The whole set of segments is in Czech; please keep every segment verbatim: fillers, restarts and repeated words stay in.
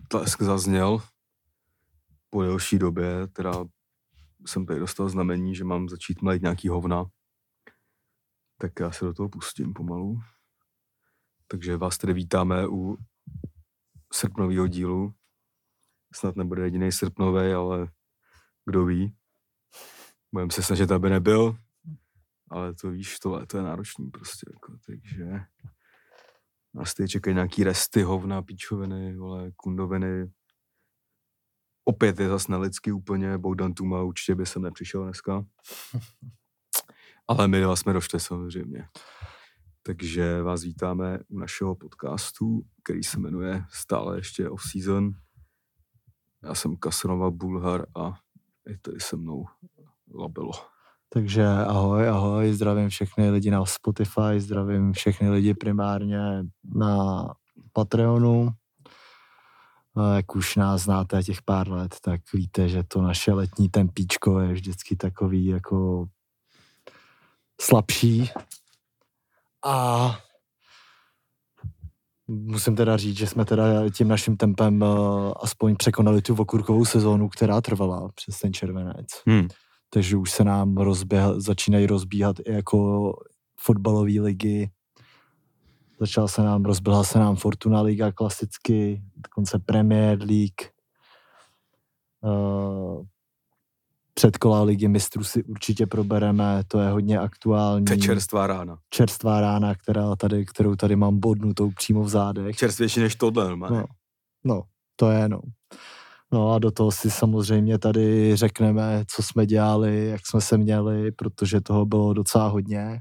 tlesk zazněl po delší době, teda jsem tady dostal znamení, že mám začít mlejt nějaký hovna, tak já se do toho pustím pomalu. Takže vás tady vítáme u srpnového dílu. Snad nebude jediný srpnovej, ale kdo ví. Budeme se snažit, aby nebyl, ale to víš, tohle to je náročný prostě, jako, takže nás tady čekají nějaký resty, hovna, píčoviny, vole, kundoviny. Opět je zas nelidsky úplně, Bogdan Tuma, určitě by sem nepřišel dneska. Ale my dva jsme došli samozřejmě. Takže vás vítáme u našeho podcastu, který se jmenuje stále ještě Off-Season. Já jsem Kasanova Bulhar a je tady se mnou Labelo. Takže ahoj, ahoj, zdravím všechny lidi na Spotify, zdravím všechny lidi primárně na Patreonu. Jak už nás znáte těch pár let, tak víte, že to naše letní tempíčko je vždycky takový jako slabší. A musím teda říct, že jsme teda tím naším tempem aspoň překonali tu okurkovou sezónu, která trvala přes ten červenec. Hmm. Takže už se nám rozběh, začínají rozbíhat i jako fotbalové ligy. Začal se nám, rozběhla se nám Fortuna Liga klasicky, dokonce Premier League. Uh, předkola ligy mistrů si určitě probereme, to je hodně aktuální. To je čerstvá rána. Čerstvá rána, která tady, kterou tady mám bodnutou přímo v zádech. Čerstvější než tohle, normálně. No, no, to je no. No a do toho si samozřejmě tady řekneme, co jsme dělali, jak jsme se měli, protože toho bylo docela hodně.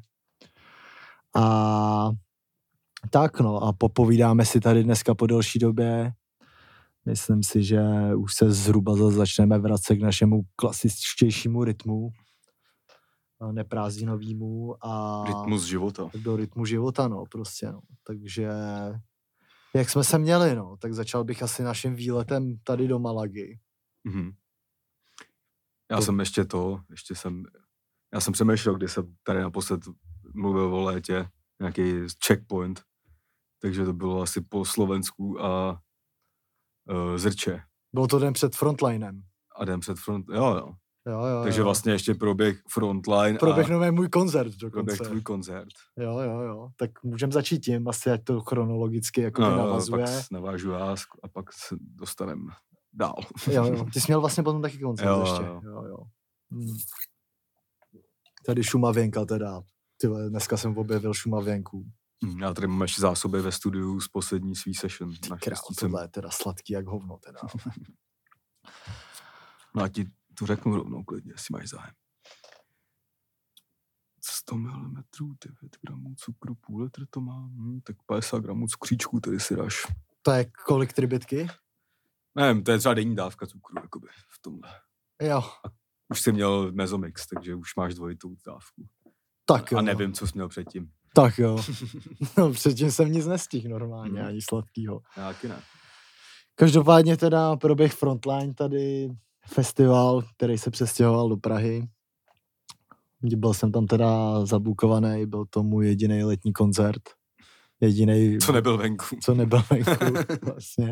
A tak no, a popovídáme si tady dneska po delší době. Myslím si, že už se zhruba začneme vracet k našemu klasičtějšímu rytmu, neprázdninovýmu a... Rytmus života. Do rytmu života, no, prostě, no. Takže... Jak jsme se měli, no, tak začal bych asi naším výletem tady do Malagy. Mm-hmm. Já to... jsem ještě to, ještě jsem, já jsem přemýšlel, kdy jsem tady naposled mluvil o létě, nějaký checkpoint, takže to bylo asi po Slovensku a uh, Zrče. Bylo to den před frontlinem. A den před front, jo, jo. Jo, jo, takže jo. vlastně ještě proběh frontline. Proběhneme můj koncert dokonce. Proběh tvůj koncert. Jo, jo, jo. Tak můžeme začít tím, asi ať to chronologicky jako no, navazuje. Pak navážu já a pak se dostaneme dál. Jo, jo. Ty jsi měl vlastně potom taky koncert jo, ještě. Jo, jo. jo. Hmm. Tady šumavěnka teda. Tyhle, dneska jsem objevil šumavěnku. Já tady mám ještě zásoby ve studiu z poslední svý session. Ty král, tohle je teda sladký jak hovno teda. No a ti to řeknu rovnou klidně, jestli máš zájem. sto milimetrů, devět gramů cukru, půl litr to má, hm, tak padesát gramů cukříčků tady si dáš. To je kolik tribitky? Nevím, to je třeba denní dávka cukru, jakoby, v tomhle. Jo. A už jsi měl mezomix, takže už máš dvojitou dávku. Tak jo. A nevím, co jsi měl předtím. Tak jo. No předtím jsem nic nestihl normálně, hmm. ani sladkýho. Já taky ne. Každopádně teda proběh Frontline tady, festival, který se přestěhoval do Prahy. Byl jsem tam teda zabukovaný, byl to můj jediný letní koncert. Jediný. Co nebyl venku. Co nebyl venku, vlastně.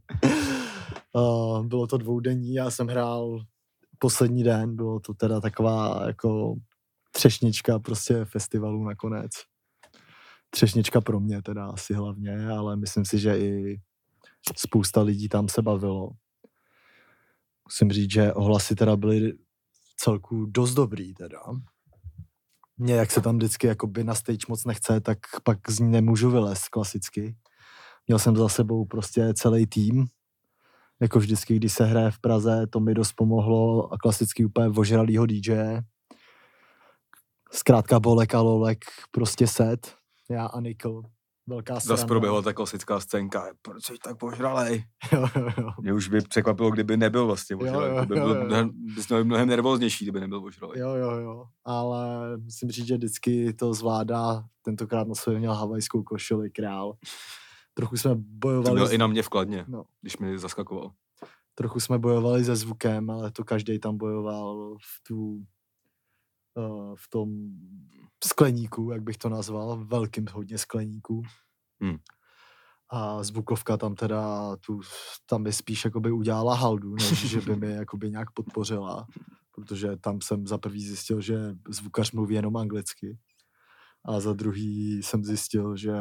Uh, bylo to dvoudenní, já jsem hrál poslední den, bylo to teda taková jako třešnička prostě festivalu nakonec. Třešnička pro mě teda asi hlavně, ale myslím si, že i spousta lidí tam se bavilo. Musím říct, že ohlasy teda byly celku dost dobrý teda. Mně, jak se tam vždycky jakoby na stage moc nechce, tak pak z ní nemůžu vylézt klasicky. Měl jsem za sebou prostě celý tým. Jako vždycky, když se hraje v Praze, to mi dost pomohlo a klasicky úplně ožralýho dý džeje. Zkrátka Bolek a Lolek, prostě set. Já a Nikl. Velká sranda. Zas proběhla ta klasická scénka, proč jsi tak požralej? Jo, jo, jo. Mě už by překvapilo, kdyby nebyl vlastně požralej. By byl mnohem, mnohem nervóznější, kdyby nebyl požralej. Jo, jo, jo. Ale musím říct, že vždycky to zvládá. Tentokrát na sobě měl havajskou košili král. Trochu jsme bojovali... To měl z... i na mě v Kladně, no. Když mi zaskakoval. Trochu jsme bojovali se zvukem, ale to každej tam bojoval v tu... v tom skleníku, jak bych to nazval, velkým hodně skleníků. Hmm. A zvukovka tam teda, tu, tam by spíš jakoby udělala haldu, než že by mi jakoby nějak podpořila. Protože tam jsem za prvý zjistil, že zvukař mluví jenom anglicky. A za druhý jsem zjistil, že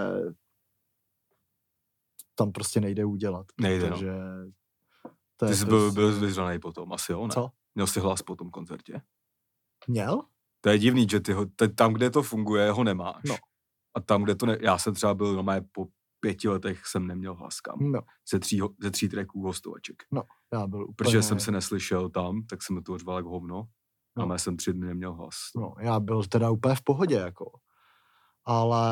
tam prostě nejde udělat. Nejde, protože no. to Ty jsi byl, byl vyzranej potom, asi jo, ne? Co? Měl jsi hlas po tom koncertě? Měl? To je divný, že ty ho, te, tam, kde to funguje, ho nemáš. No. A tam, kde to ne... Já jsem třeba byl, no mé po pěti letech jsem neměl hlas kam. No. Ze tří, ze tří tracků hostovaček. No, já byl úplně... Protože jsem se neslyšel tam, tak jsem to řval jak hovno. No. A já jsem tři dny neměl hlas. No, já byl teda úplně v pohodě, jako. Ale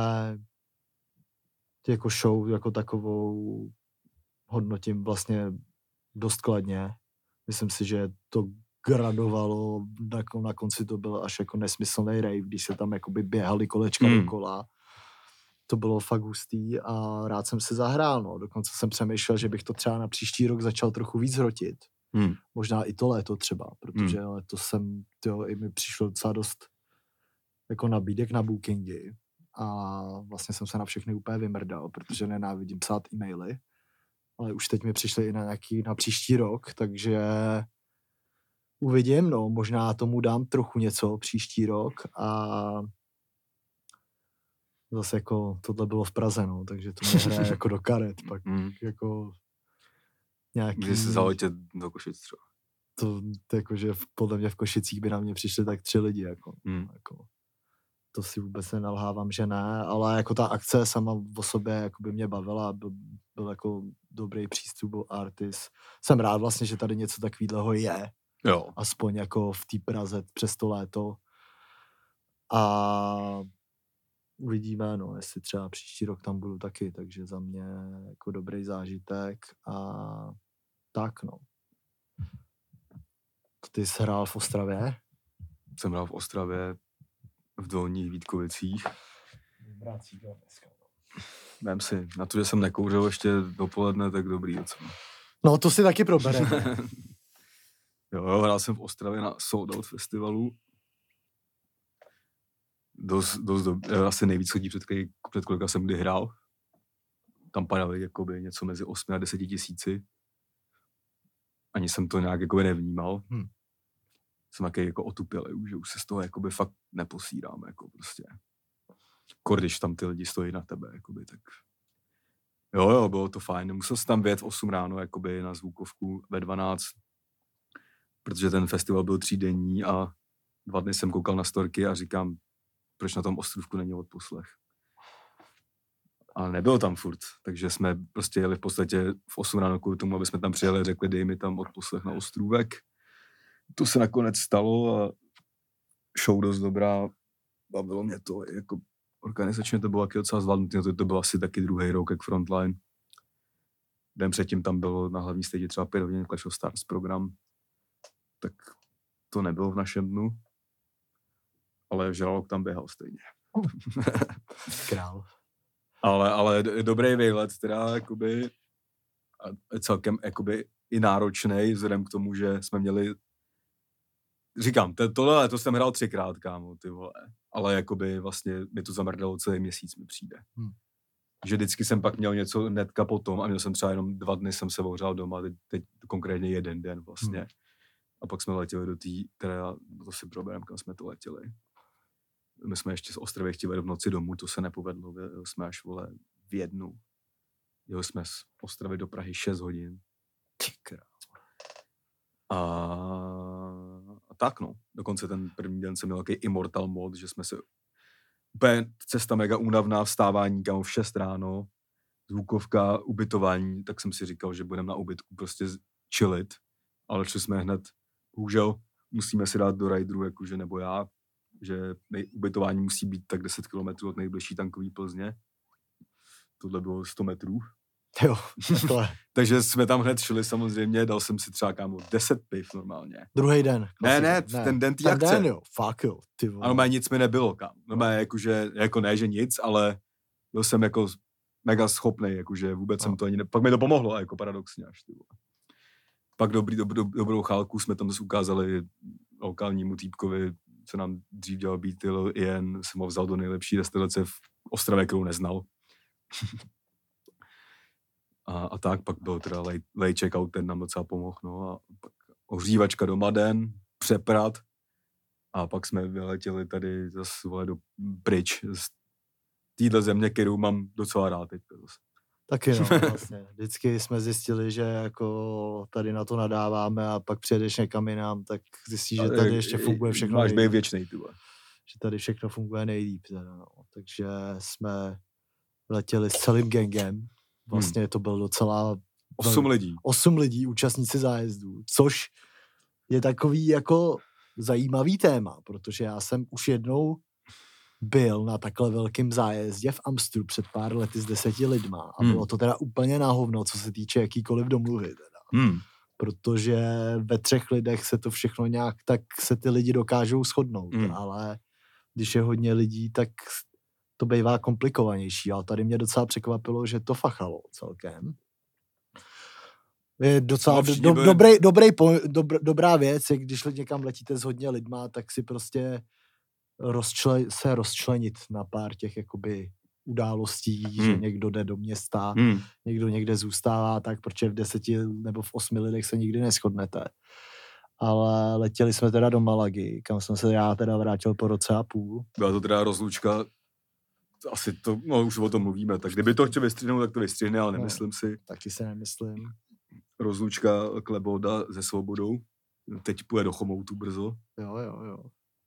jako show jako takovou hodnotím vlastně dost kladně. Myslím si, že to gradovalo, na, na konci to byl až jako nesmyslný rave, když se tam jakoby běhali kolečka Hmm. dokola. To bylo fakt hustý a rád jsem se zahrál, no. Dokonce jsem přemýšlel, že bych to třeba na příští rok začal trochu víc hrotit. Hmm. Možná i to léto třeba, protože Hmm. letos jsem, tyjo, i mi přišlo docela dost jako nabídek na bookingy a vlastně jsem se na všechny úplně vymrdal, protože nenávidím psát e-maily, ale už teď mi přišly i na nějaký, na příští rok, takže uvidím, no, možná tomu dám trochu něco příští rok a zase jako tohle bylo v Praze, no, takže to mě hraje jako do karet, pak Hmm. jako nějaký... Když se zaletět do Košic třeba. To, to jako, že v- podle mě v Košicích by na mě přišli tak tři lidi, jako, Hmm. jako to si vůbec nenalhávám, že ne, ale jako ta akce sama o sobě jako by mě bavila, byl, byl jako dobrý přístup o artist. Jsem rád vlastně, že tady něco takového je, Jo. aspoň jako v té Praze přes to léto. A uvidíme, no, jestli třeba příští rok tam budu taky, takže za mě jako dobrý zážitek a tak, no. Ty jsi hrál v Ostravě? Jsem hrál v Ostravě, v Dolních Vítkovicích. Vem si, na to, že jsem nekouřil ještě dopoledne, tak dobrý docela. No, to si taky probereme. Jo, jo, hrál jsem v Ostravě na Sold Out festivalu. Dost, dost dobrý, asi nejvíc lidí před, před kolika jsem kdy hrál. Tam padali jakoby něco mezi osmi a deseti tisíci. Ani jsem to nějak jakoby nevnímal. Hmm. Jsem taky jako otupělej, že už se z toho jakoby fakt neposírám, jako prostě. Kor, když tam ty lidi stojí na tebe, jakoby, tak... Jo, jo, bylo to fajn. Musel jsem tam vyjet v osm ráno, jakoby na zvukovku ve dvanáct, protože ten festival byl třídenní a dva dny jsem koukal na storky a říkám, proč na tom ostrovku není odposlech. A nebyl tam furt, takže jsme prostě jeli v podstatě v osm ráno kvůli tomu, aby jsme tam přijeli, řekli, dej mi tam odposlech na ostrůvek. To se nakonec stalo a show dost dobrá. Bavilo mě to, jako organizačně to bylo taky docela zvládnutý, to, to byl asi taky druhý rok jak Frontline. Den předtím tam bylo na hlavní stage třeba pět hodin Clash of Stars program, tak to nebylo v našem dnu, ale Žralok tam běhal stejně. Král. ale, ale dobrý výlet, teda jakoby a celkem jakoby i náročnej, vzhledem k tomu, že jsme měli říkám, to, tohle to jsem hrál třikrát, kámo, ty vole. Ale jakoby vlastně mi to zamrdalo celý měsíc mi přijde. Hmm. Že vždycky jsem pak měl něco netka potom a měl jsem třeba jenom dva dny jsem se ohřál doma, teď, teď konkrétně jeden den vlastně. Hmm. A pak jsme letěli do té, teda to si proberám, kam jsme to letěli. My jsme ještě z Ostravy chtěli v noci domů, to se nepovedlo, jeli jsme až, vole, v jednu. Jeli jsme z Ostravy do Prahy šest hodin. Ty král. A, a tak no, dokonce ten první den jsem měl takový immortal mod, že jsme se úplně cesta mega únavná, vstávání kam v šest ráno, zvukovka, ubytování, tak jsem si říkal, že budeme na ubytku prostě chillit, ale šli jsme hned, bohužel musíme si dát do rideru, jakože nebo já, že nej, ubytování musí být tak deset kilometrů od nejbližší tankový Plzně, tohle bylo sto metrů. Jo, takhle. Takže jsme tam hned šli samozřejmě, dal jsem si třeba kámo deset piv normálně. Druhý den. Ne, ne, ne, ten den tý akce. Ten den, jo, fuck jo, ty vole. Ano, nic mi nebylo, kam. No, jakože, jako ne, že nic, ale byl jsem jako mega schopnej, jakože vůbec no. jsem to ani ne... Pak mi to pomohlo, jako paradoxně až, ty vole. Pak dobrý, dob, dob, dobrou chálku jsme tam zase ukázali lokálnímu týpkovi, co nám dřív dělal beaty, Ian, jsem ho vzal do nejlepší destilace v Ostravě, kterou neznal. a, a tak, pak byl teda late, late checkout, ten nám docela pomohl, no a pak ohřívačka do Maden, přeprat a pak jsme vyletěli tady zase vole do pryč z téhle země, kterou mám docela rád teď. Taky no, vlastně. Vždycky jsme zjistili, že jako tady na to nadáváme a pak přijedeš někam jinam, tak zjistíš, že tady ještě funguje všechno Máš nejlíp. být věčnej, ty vole. Že tady všechno funguje nejlíp. Teda, no. Takže jsme letěli s celým gangem. Vlastně hmm. to byl docela... Osm lidí. Osm lidí, účastníci zájezdů, což je takový jako zajímavý téma, protože já jsem už jednou byl na takhle velkým zájezdě v Amstru před pár lety s deseti lidma a hmm. bylo to teda úplně na hovno, co se týče jakýkoliv domluvy teda. Hmm. Protože ve třech lidech se to všechno nějak, tak se ty lidi dokážou shodnout, hmm. ale když je hodně lidí, tak to bývá komplikovanější, ale tady mě docela překvapilo, že to fachalo celkem. Je docela no, do, byli... dobrý, dobrý, dobr, dobrá věc, je, když někam letíte s hodně lidma, tak si prostě rozčle, se rozčlenit na pár těch jakoby událostí, hmm. že někdo jde do města, hmm. někdo někde zůstává, tak protože v deseti nebo v osmi lidech se nikdy neshodnete. Ale letěli jsme teda do Malagy, kam jsem se já teda vrátil po roce a půl. Byla to teda rozlučka, asi to, no už o tom mluvíme, tak kdyby to chtěl vystřihnout, tak to vystřihne, ale nemyslím no, si. Taky si nemyslím. Rozlučka Kleboda se Svobodou, teď půjde do Chomoutu brzo. Jo, jo, jo.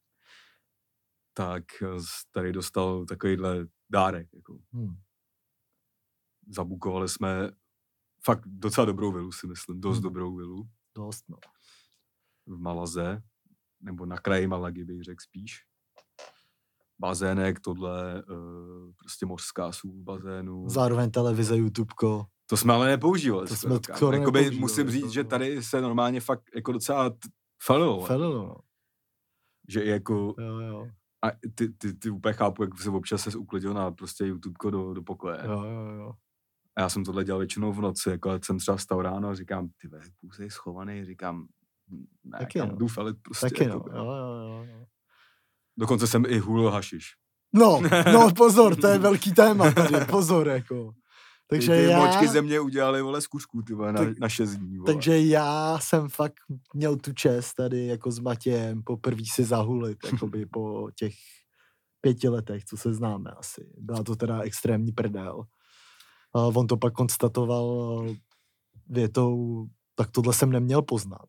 Tak tady dostal takovýhle dárek. Jako. Hmm. Zabukovali jsme fakt docela dobrou vilu, si myslím, dost hmm. dobrou vilu. Dost, no. V Malaze, nebo na kraji Malagy bych řekl spíš. Bazének, tohle, uh, prostě mořská sůl v bazénu. Zároveň televize, YouTubeko. To jsme ale nepoužívali. To jsme Jakoby musím říct, to, že tady se normálně fakt jako docela t- falilo. Falilo, no. Že jako... Jo, jo. A ty, ty, ty úplně chápu, jak se občas se uklidil na prostě YouTubeko do, do pokoje. Jo, jo, jo. A já jsem tohle dělal většinou v noci, jako jsem třeba vstal ráno a říkám, ty ve, půjsej schovaný, říkám, ne, taky kam no. jdu felit prostě. Taky jako, no, jo, jo, jo. Dokonce jsem i hulil hašiš. No, no pozor, to je velký téma tady, pozor, jako. Takže ty, ty já... močky ze mě udělali, vole, zkušku, ty vole, na, tak, na šest dní, vole. Takže já jsem fakt měl tu čest tady jako s Matějem poprvé si zahulit, jakoby po těch pěti letech, co se známe asi. Byla to teda extrémní prdel. A on to pak konstatoval větou, tak tohle jsem neměl poznat.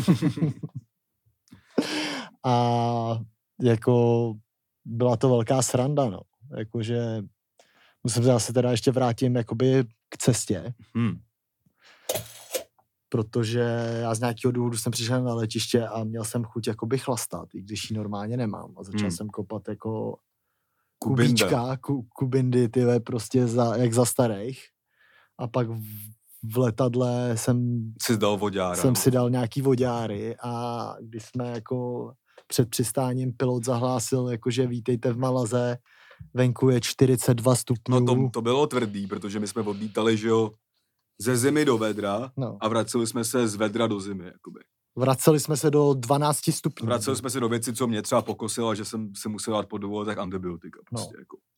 A jako byla to velká sranda, no. Jakože musím se zase teda ještě vrátím jakoby k cestě. Hmm. Protože já z nějakého důvodu jsem přišel na letiště a měl jsem chuť jakoby chlastat, i když ji normálně nemám. A začal hmm. jsem kopat jako kubíčka, ku, kubindy, tyhle prostě za, jak za starých. A pak v, v letadle jsem si dal voďára, jsem si dal nějaký voďáry a když jsme jako před přistáním pilot zahlásil, jakože vítejte v Malaze, venku je čtyřicet dva stupňů. No to, to bylo tvrdý, protože my jsme odlítali, že jo, ze zimy do vedra no. a vraceli jsme se z vedra do zimy, jakoby. Vraceli jsme se do dvanáct stupňů. Vraceli jsme se do věci, co mě třeba pokosila, že jsem si musel dát po dvou letech antibiotika. Prostě, no. jako.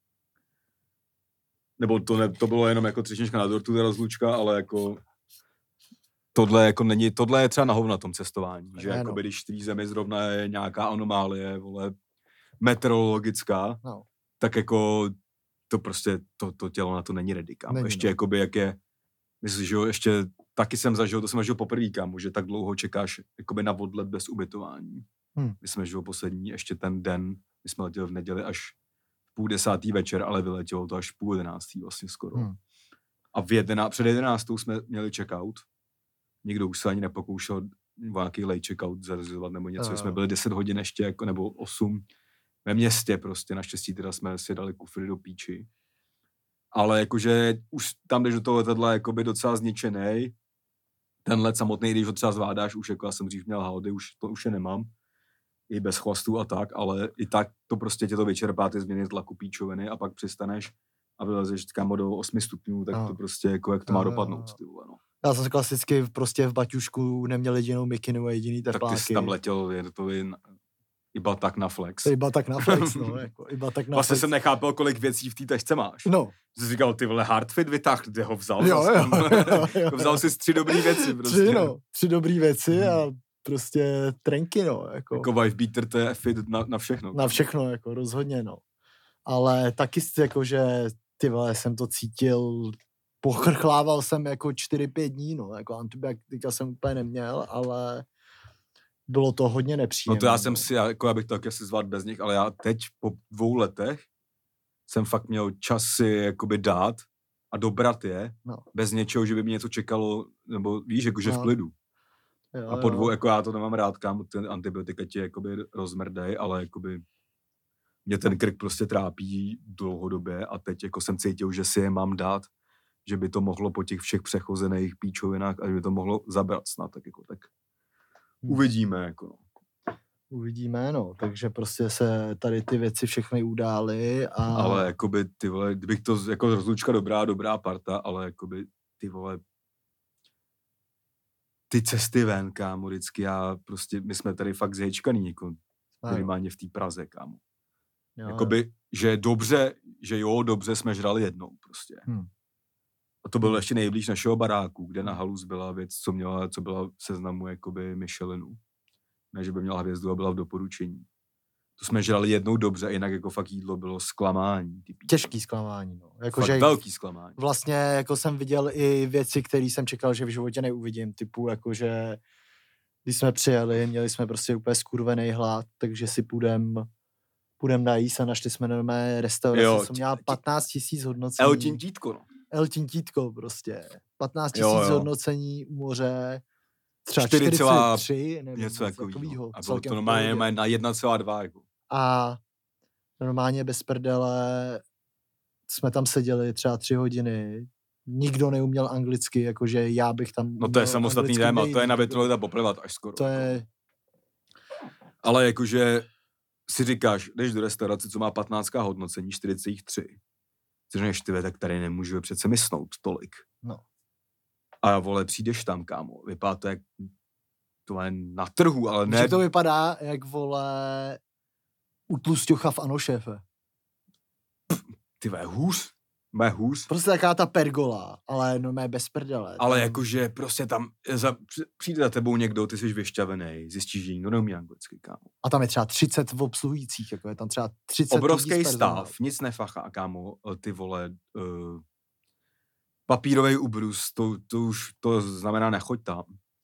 Nebo to, ne, to bylo jenom jako třešnička na dortu, ta rozlučka, ale jako tohle jako není, tohle je třeba na hovno na tom cestování, že jako no. když v té zemi zrovna je nějaká anomálie, vole, meteorologická, no. tak jako to prostě, to, to tělo na to není ready, kámo. Není, ještě no. jakoby, jak je, myslím, že jo, ještě taky jsem zažil, to jsem zažil poprvé, kámo, že tak dlouho čekáš jakoby na odlet bez ubytování. Hmm. My jsme žil poslední, ještě ten den, my jsme letěli v neděli až půl desátý večer, ale vyletělo to až půl jedenáctý vlastně skoro. Hmm. A v jedená, před jedenáctou jsme měli checkout. Nikdo už se ani nepokoušel nějaký late checkout zařizovat nebo něco. Uh. Jsme byli deset hodin ještě, jako, nebo osm ve městě prostě. Naštěstí teda jsme si dali kufry do píči. Ale jakože už tam jdeš do toho letadla jakoby docela zničenej. Ten let samotný, když ho třeba zvládáš, už jako já jsem dřív měl haldy, už to už je nemám. I bez chlastů a tak, ale i tak to prostě tě to vyčerpá, ty změny tlaku píčoviny a pak přistaneš a vylezeš kámo do osmi stupňů, tak a. to prostě jako, jak to má a. dopadnout. Ty vole, no. Já jsem klasicky prostě v baťušku neměl jedinou mikinu a jediný tepláky. Tak ty jsi tam letěl, je to jen Iba tak na flex. Iba tak na flex, no. Jako, iba tak na vlastně flex. jsem nechápal, kolik věcí v té tašce máš. No. Jsi říkal, ty vole, Hardfit vytáhl, kde ho vzal. Jo, jo, jo, jo. Vzal si tři dobrý věci. Prostě. Tři, no. Tři dobrý věci a prostě trenky, no. Jako, jako wife beater, to je fit na, na všechno. Na všechno, jako rozhodně, no. Ale taky jako, že ty vole, jsem to cítil, pochrchlával jsem jako čtyři pět dní, no. Jako antibiotika jsem úplně neměl, ale bylo to hodně nepříjemné. No to já jsem si, jako já bych to taky asi zvládl bez nich, ale já teď po dvou letech jsem fakt měl čas si jakoby dát a dobrat je, no. bez něčeho, že by mě něco čekalo, nebo víš, jakože no. v klidu. Jo, a po dvou, jo. jako já to nemám rád, kámo, ten antibiotika tě jakoby rozmrdej, ale jakoby mě ten krk prostě trápí dlouhodobě a teď jako jsem cítil, že si je mám dát, že by to mohlo po těch všech přechozených píčovinách a že by to mohlo zabrat snad, tak jako tak hmm. uvidíme, jako no. Uvidíme, no, takže prostě se tady ty věci všechny udály a... Ale jakoby, ty vole, kdybych to, jako rozlučka dobrá, dobrá parta, ale jakoby, ty vole, ty cesty ven, kámo, vždycky já prostě, my jsme tady fakt zhejčkaný, jako minimálně v té Praze, kámo. Jo, jakoby, jo. že dobře, že jo, dobře jsme žrali jednou, prostě. Hmm. A to bylo ještě nejblíž našeho baráku, kde na Halus byla věc, co měla, co byla v seznamu, jakoby, Michelinu. Ne, že by měla hvězdu a byla v doporučení. To jsme žrali jednou dobře, a jinak jako fakt jídlo bylo zklamání. Těžký zklamání, no. Jako, fakt že velký zklamání. Vlastně jako jsem viděl i věci, které jsem čekal, že v životě neuvidím, typu jakože když jsme přijeli, měli jsme prostě úplně skurvený hlad, takže si půjdem, půjdem najíst a našli jsme normálně restauraci, co měla patnáct tisíc hodnocení. El Tintítko, no. El Tintítko prostě. patnáct tisíc hodnocení u moře, třeba čtyřicet tři, nebo něco takovýho. takovýho. A bylo to normálně na jedna celá dva. Jako. A normálně bez prdele jsme tam seděli třeba tři hodiny, nikdo neuměl anglicky, jakože já bych tam... No to je samostatný téma, to je na vytrolit a poplivat až skoro. To je... Ale jakože si říkáš, jdeš do restaurace, co má patnáct hodnocení, čtyřicet tři. Ty řekneš, ty tak tady nemůžu přece mysnout tolik. No. A vole, přijdeš tam, kámo, vypadá to jak to je na trhu, ale ne... Že to vypadá jak, vole, u Tlusťocha v Ano šéfe. Ty ve hůř, mé hůř. Prostě taká ta pergola, ale no mé bez prdele. Ale tam... jakože prostě tam za, přijde za tebou někdo, ty jsi vyšťavený, zjistíš, že nikdo neumí anglicky, kámo. A tam je třeba třicet v obsluhujících, jako je tam třeba třicet obrovský stav, nic nefachá, kámo, ty vole, uh, papírový ubrus, to, to už, to znamená nechoď tam.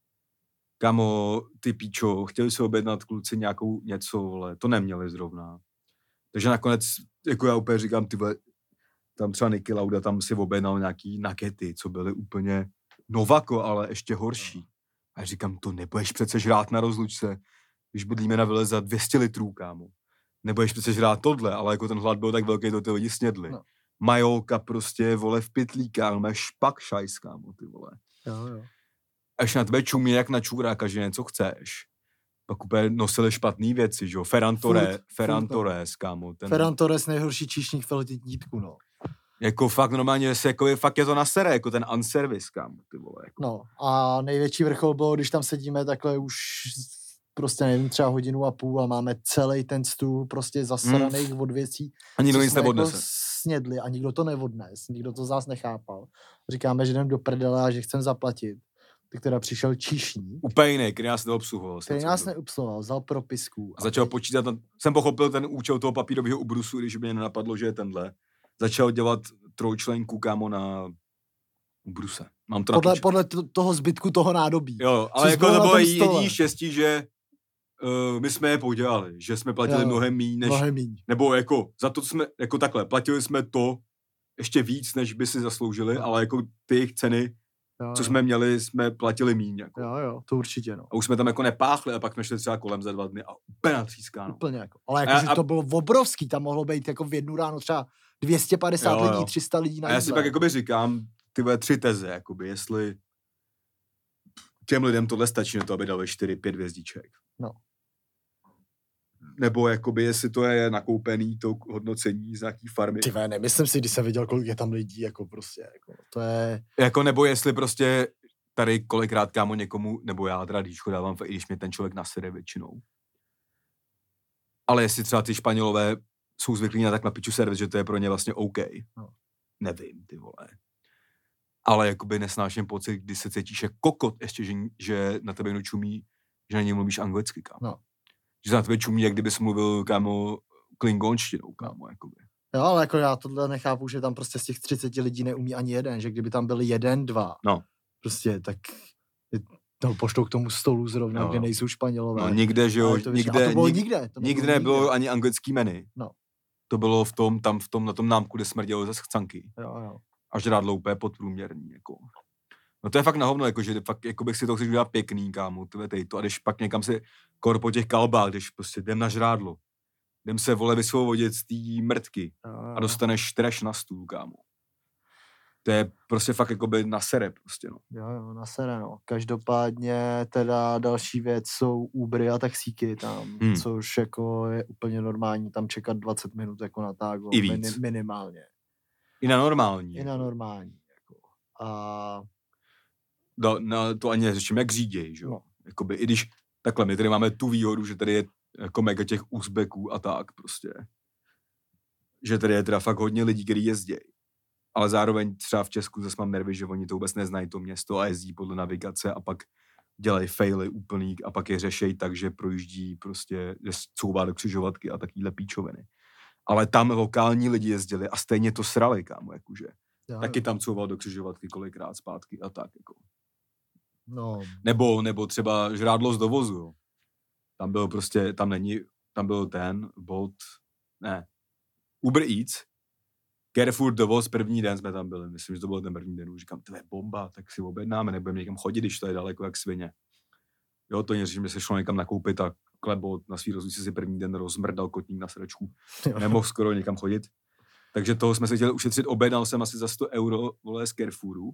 Kámo, ty píčo, chtěli si objednat kluci nějakou něco, vole, to neměli zrovna. Takže nakonec, jako já úplně říkám, ty vole, tam třeba Niky Lauda tam si objednal nějaký nugety, co byly úplně novako, ale ještě horší. A já říkám, to nebudeš přece žrát na rozlučce, když bydlíme na vile za dvě stě litrů, kámo. Nebudeš přece žrát tohle, ale jako ten hlad byl tak velký, to ty lidi snědli. No. Majolka prostě, vole, v pytlíkách, ale špak šajs, kámo, ty vole. Jo, jo. Až na tebe čumí jak na čůráka, že něco chceš. Pak úplně nosili špatný věci, že jo. Ferran Torres, Ferran Torres, kámo. Ten... Ferran Torres, nejhorší číšník v Elitítku, no. Jako fakt normálně, se, jako, fakt je to na sere, jako ten unservice, kámo, ty vole. Jako. No a největší vrchol bylo, když tam sedíme takhle už prostě nevím, třeba hodinu a půl a máme celý ten stůl prostě zasraných mm. od věcí. A nikdo nic neodnese. Jako snědli a nikdo to neodnes, nikdo to z nás nechápal. Říkáme, že jdem do prdele a že chcem zaplatit. Tak teda přišel číšník. Úplně jiný, který nás neobsluhoval. Který nás neobsluhoval, vzal propisku. A začal teď... počítat, jsem pochopil ten účel toho papírového ubrusu, když by mě nenapadlo, že je tenhle. Začal dělat trojčlenku, kámo, na ubruse. Mám to podle, podle to, toho zbytku toho nádobí. Jo, ale jako to bylo jediný štěstí, že uh, my jsme je podělali, že jsme platili jo, mnohem míň, než, mnohem míň. Nebo jako za to jsme, jako takhle, platili jsme to ještě víc, než by si zasloužili, jo. Ale jako ty jejich ceny, jo, co jsme měli, jsme platili míň. Jako. Jo, jo, to určitě, no. A už jsme tam jako nepáchli a pak jsme šli třeba kolem za dva dny a úplně natřískáno. Úplně jako. Ale jako, a, že to bylo obrovský, tam mohlo být jako v jednu ráno třeba dvě stě padesát jo, jo. lidí, tři sta lidí na A já si pak jakoby říkám, ty vole tři teze, jakoby, jestli těm lidem tohle stačí na to, aby dali čtyři pět hvězdiček. No. Nebo jakoby, jestli to je nakoupený to hodnocení z nějaký farmy. Ty ve, nemyslím si, když jsem viděl, kolik je tam lidí, jako prostě, jako, to je... Jako nebo jestli prostě tady kolikrát, kámo, někomu, nebo já teda díčko dávám, i když mě ten člověk nasede většinou. Ale jestli třeba ty Španělové jsou zvyklí na tak na piču servis, že to je pro ně vlastně OK. No. Nevím, ty vole. Ale jakoby nesnáším pocit, když se cítíš jako kokot, ještě, že, že na tebe někdo čumí, že na něj mluvíš anglicky, kámo. No. Že na tebe čumí, jak kdybys mluvil, kámo, klingonštinou, kámo, jakoby. Jo, ale jako já tohle nechápu, že tam prostě z těch třiceti lidí neumí ani jeden, že kdyby tam byli jeden, dva, No. prostě tak je, no, poštou k tomu stolu zrovna, No. kde nejsou Španělové. No nikde, že jo, to nikde, a to bylo nik, nikde. To nikde nebylo nikde. ani anglický menu. No. To bylo v tom, tam v tom, na tom námku, kde smrdělo ze chcanky. Jo, jo. A žrádlo úplně podprůměrný, jako. No to je fakt na hovno, jako, že fakt, jako bych si to chci udělat pěkný, kámo, tebe to, a když pak někam si kor po těch kalbách, když prostě jdem na žrádlo, jdem se, vole, vysvobodit z té mrtky Jo, jo. a dostaneš trash na stůl, kámo. To je prostě fakt jakoby na sere, prostě, no. Jo, jo, na sere, no. Každopádně teda další věc jsou Ubery a taxíky tam, Hmm. což jako je úplně normální tam čekat dvacet minut jako na tágo. I víc. Mini, minimálně. I na normální. I na normální. Jako. A Do, no, to ani neřeším, jak říděj, že jo. No. Jakoby, i když takhle, my tady máme tu výhodu, že tady je jako mega těch Uzbeků a tak prostě. Že tady je teda fakt hodně lidí, kteří jezdějí. Ale zároveň třeba v Česku zase mám nervy, že oni to vůbec neznají to město a jezdí podle navigace a pak dělají faily úplný a pak je řešejí tak, že projíždí prostě, že couvá do křižovatky a takovýhle píčoviny. Ale tam lokální lidi jezdili a stejně to srali, kámo, jakože. jo, Taky jo. tam couval do křižovatky kolikrát zpátky a tak, jako. No, Nebo, nebo třeba žrádlo z dovozu, jo. Tam byl prostě, tam není, tam byl ten, Bolt, ne, Uber Eats, Carrefour dovoz, první den jsme tam byli, myslím, že to byl ten první den, už říkám, to je bomba, tak si objednáme, nebudeme někam chodit, když to je daleko jak svině. Jo, to neřeším, že se šlo někam nakoupit a klebo na svý rozličce si první den rozmrdal kotník na srdečku, jo. nemohl skoro někam chodit. Takže toho jsme se chtěli ušetřit, objednal jsem asi za sto euro, vole, z Carrefouru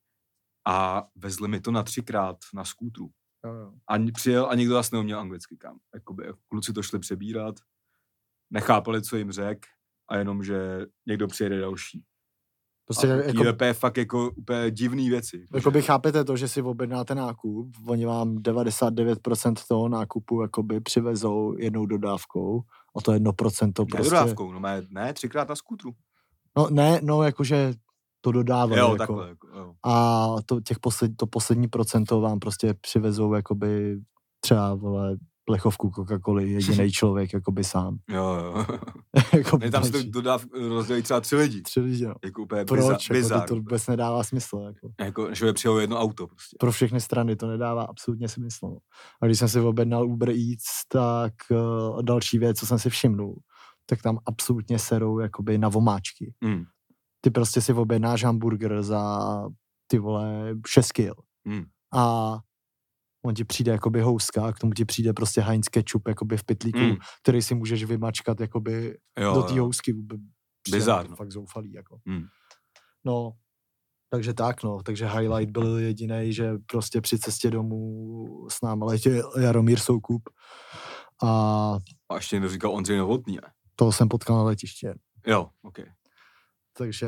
a vezli mi to na třikrát na skútru. Jo, jo. A přijel a nikdo vlastně neuměl anglicky, kam. Jakoby, kluci to šli přebírat, nechápali, co jim řek a jenom, že někdo přijede další. Prostě A jako, jako, je fakt jako úplně divný věci. jakoby chápete to, že si objednáte nákup, oni vám devadesát devět procent toho nákupu jakoby přivezou jednou dodávkou a to jedno procento Ne prostě. dodávkou, no mé, ne, třikrát na skútru. No ne, no jakože to dodávají. Jo, jako. takhle. Jako, jo. A to, těch posled, to poslední procento vám prostě přivezou jakoby třeba, vole, plechovku Coca-Coly, jedinej člověk, jakoby sám. Jo, jo. jako Ne, tam se to dodáv, rozdělí třeba tři lidi. tři lidi, no. Jako úplně Proč? bizar, Jako bizar. to, to vůbec nedává smysl. Jako. Jako, že by přijelo jedno auto prostě. Pro všechny strany to nedává absolutně smysl. No. A když jsem si objednal Uber Eats, tak uh, další věc, co jsem si všimnul, tak tam absolutně serou jakoby na vomáčky. Mm. Ty prostě si objednáš hamburger za ty vole šest kil. Mm. A on ti přijde jakoby houska, a k tomu ti přijde prostě Heinz ketchup jakoby v pytlíku, Mm. který si můžeš vymačkat jakoby Jo, do té jo. housky. Bizár, no. Fakt zoufalý, jako. Mm. No, takže tak, no. Takže highlight byl jediný, že prostě při cestě domů s námi letěl Jaromír Soukup a A ještě někdo říkal Ondřej Novotný, ne? toho jsem potkal na letiště. Jo, ok. Takže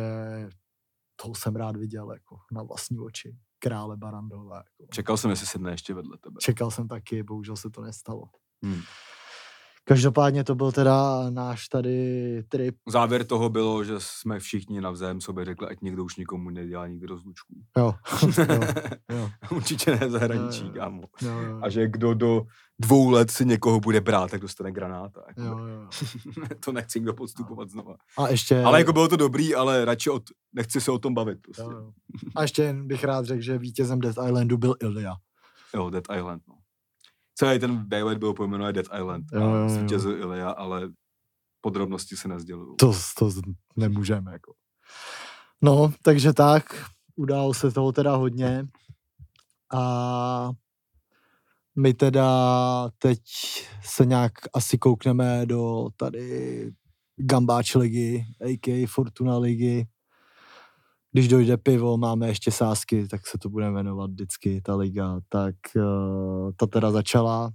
toho jsem rád viděl, jako na vlastní oči. Krále Barandové. Jako. Čekal jsem, jestli sedne ještě vedle tebe. Čekal jsem taky, bohužel se to nestalo. Hmm. Každopádně to byl teda náš tady trip. Závěr toho bylo, že jsme všichni navzájem sobě řekli, ať někdo už nikomu nedělá nikdy rozlučku. Jo, jo, jo. Určitě ne v zahraničí, Jo, jo. kámo. jo, jo. A že kdo do dvou let si někoho bude brát, tak dostane granáta. Jako. Jo, jo. To nechci nikdo podstupovat znova. A ještě... Ale jako bylo to dobrý, ale radši od, nechci se o tom bavit. Prostě. Jo, jo. A ještě jen bych rád řekl, že vítězem Death Islandu byl Ilya. Jo, Dead Island, no. Celý ten Baylet byl pojmenuje Dead Island. Jo, jo, jo. A zvítězil Ilya, ale podrobnosti se nezdělují. To, to nemůžeme, jako. No, takže tak, událo se toho teda hodně. A my teda teď se nějak asi koukneme do tady Gambáč ligy, a ká a. Fortuna ligy. Když dojde pivo, máme ještě sázky, tak se to bude jmenovat vždycky ta liga. Tak uh, ta teda začala.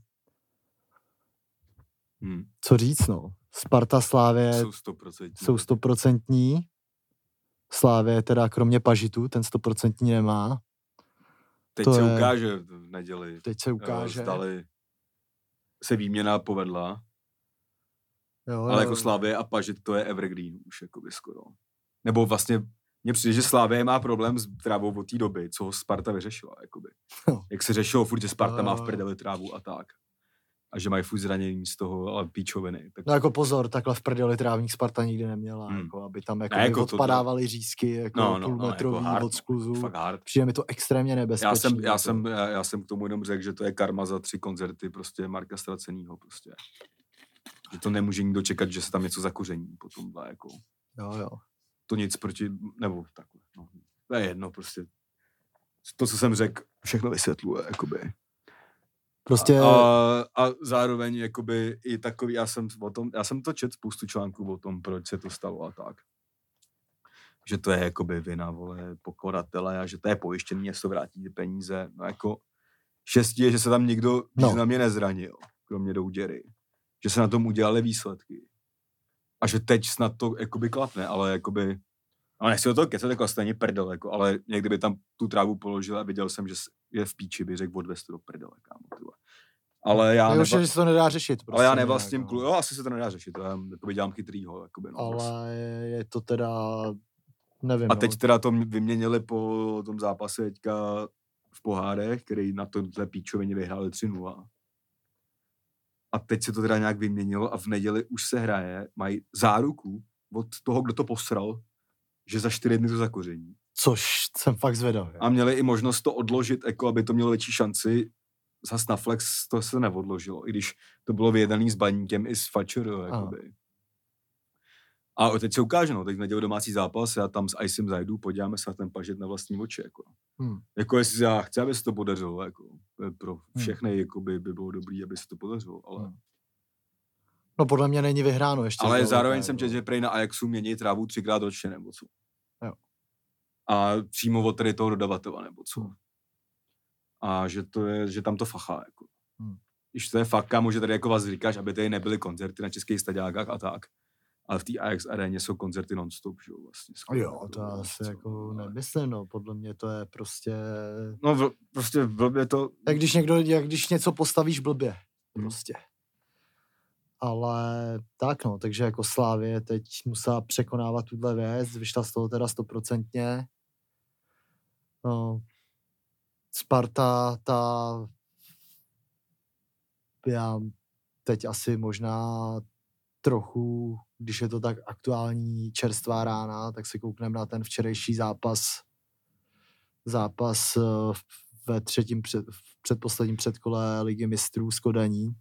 Hmm. Co říct, no? Sparta, Slávě Jsou stoprocentní. jsou stoprocentní. Slávě teda kromě Pažitu, ten stoprocentní nemá. Teď to se je- ukáže v neděli. Teď se ukáže. Zdali se výměna povedla. Jo, Ale jako jo. Slavie a Pažit to je evergreen už jakoby skoro. Nebo vlastně mně přijde, že Slavie má problém s trávou od té doby, co ho Sparta vyřešila, jakoby. No. Jak se řešilo furt, že Sparta Jo, má jo, v jo. prdeli trávu a tak. A že mají furt zranění z toho, ale píčoviny. Tak... No jako pozor, takhle v prdeli trávník Sparta nikdy neměla, Hmm. jako, aby tam jako, Ne, jako odpadávaly řízky jako No, no, no, půlmetrový jako hard, od skluzu. fakt hard. Přijde mi to extrémně nebezpečný. Já jsem, já, jako. jsem, já, já jsem k tomu jenom řekl, že to je karma za tři koncerty prostě Marka Ztracenýho prostě. Že to nemůže nikdo čekat, že se tam něco zakoření po tomhle, jako. Jo, jo. To nic proti, nebo takhle, no. To je jedno prostě. To, co jsem řekl, všechno vysvětluje, jakoby. Prostě... A, a, a zároveň, jakoby, i takový, já jsem o tom, já jsem to četl spoustu článků o tom, proč se to stalo a tak. Že to je, jakoby, vina, vole, pokladatele a že to je pojištěný, že se to vrátí ty peníze. No, jako, štěstí je, že se tam nikdo No. významně nezranil, kromě Douděry. Že se na tom udělali výsledky. A že teď snad to, jakoby, klapne, ale, jakoby, ale nechci o to kecat, jako stejně prdel, jako, ale někdy by tam tu trávu položil a viděl jsem, že je v píči, by řekl, odvez to do prdele, kámo, tyhle. Ale já, Nejhorší, neva... že se to nedá řešit. Prostě ale já nevlastním nějak, klub, jo, asi se to nedá řešit, to já jakoby dělám chytrýho, jakoby, no, ale prostě. je to teda, nevím, A teď no. teda to vyměnili po tom zápase teďka v pohárech, který na tomhle píčovině vyhráli tři nula. A teď se to teda nějak vyměnilo a v neděli už se hraje, mají záruku od toho, kdo to posral, že za čtyři dny to zakoření. Což jsem fakt zvědavý. A měli i možnost to odložit, jako aby to mělo větší šanci. Zas na Flex to se neodložilo, i když to bylo vyjednaný s Baníkem i s Fačero, jakoby. A teď se ukáže, no, teď v neděli domácí zápas, já tam s Icem zajdu, podíváme se na ten Pažit na vlastní oči, jako. Hmm. Jako jestli já chci, aby se to podařilo, jako. Pro všechny, hmm. jakoby, by bylo dobrý, aby se to podařilo, ale... Hmm. No podle mě není vyhráno ještě. Ale zdaleka, zároveň jsem jako. četl, že prej na Ajaxu mění trávu třikrát ročně, nebo co. Jo. A přímo od tady toho dodavatele, nebo co. Hmm. A že to je, že tam to fachá, jako. Hmm. Když to je fakt, kámo, že tady jako vás říkáš, aby tady nebyly koncerty na českých stadiákách a tak. Ale v té Ajax aréně jsou koncerty non-stop, že jo, vlastně. Skoro, Jo, to jako, asi co, jako ale... nemyslím, no, podle mě to je prostě... No, v, prostě blbě to... Jak když někdo, jak když něco postavíš blbě, Hmm. prostě. Ale tak no, takže jako Slavie teď musela překonávat tuhle věc, vyšla z toho teda stoprocentně. No, Sparta, ta já teď asi možná trochu, když je to tak aktuální čerstvá rána, tak se koukneme na ten včerejší zápas zápas ve třetím před, v předposledním předkole Ligy mistrů s Kodaní.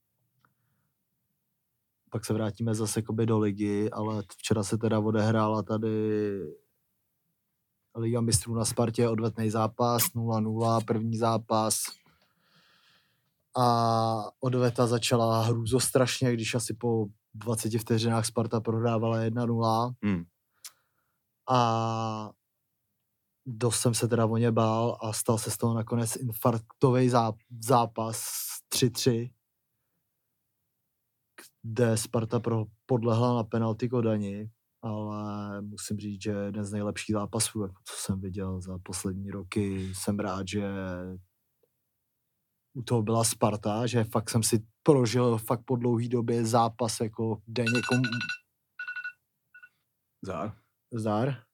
Pak se vrátíme zase koby do ligy, ale včera se teda odehrála tady Liga mistrů na Spartě, odvetný zápas, nula nula, první zápas. A odveta začala hrůzostrašně, když asi po dvaceti vteřinách Sparta prohrávala jedna nula. Hmm. A dost jsem se teda o ně bál a stal se z toho nakonec infarktový zápas tři tři, kde Sparta pro, podlehla na penalty Kodani, ale musím říct, že jeden z nejlepších zápasů, co jsem viděl za poslední roky. Jsem rád, že u toho byla Sparta, že fakt jsem si prožil fakt po dlouhý době zápas, jako kde někomu... Zár. Zdar?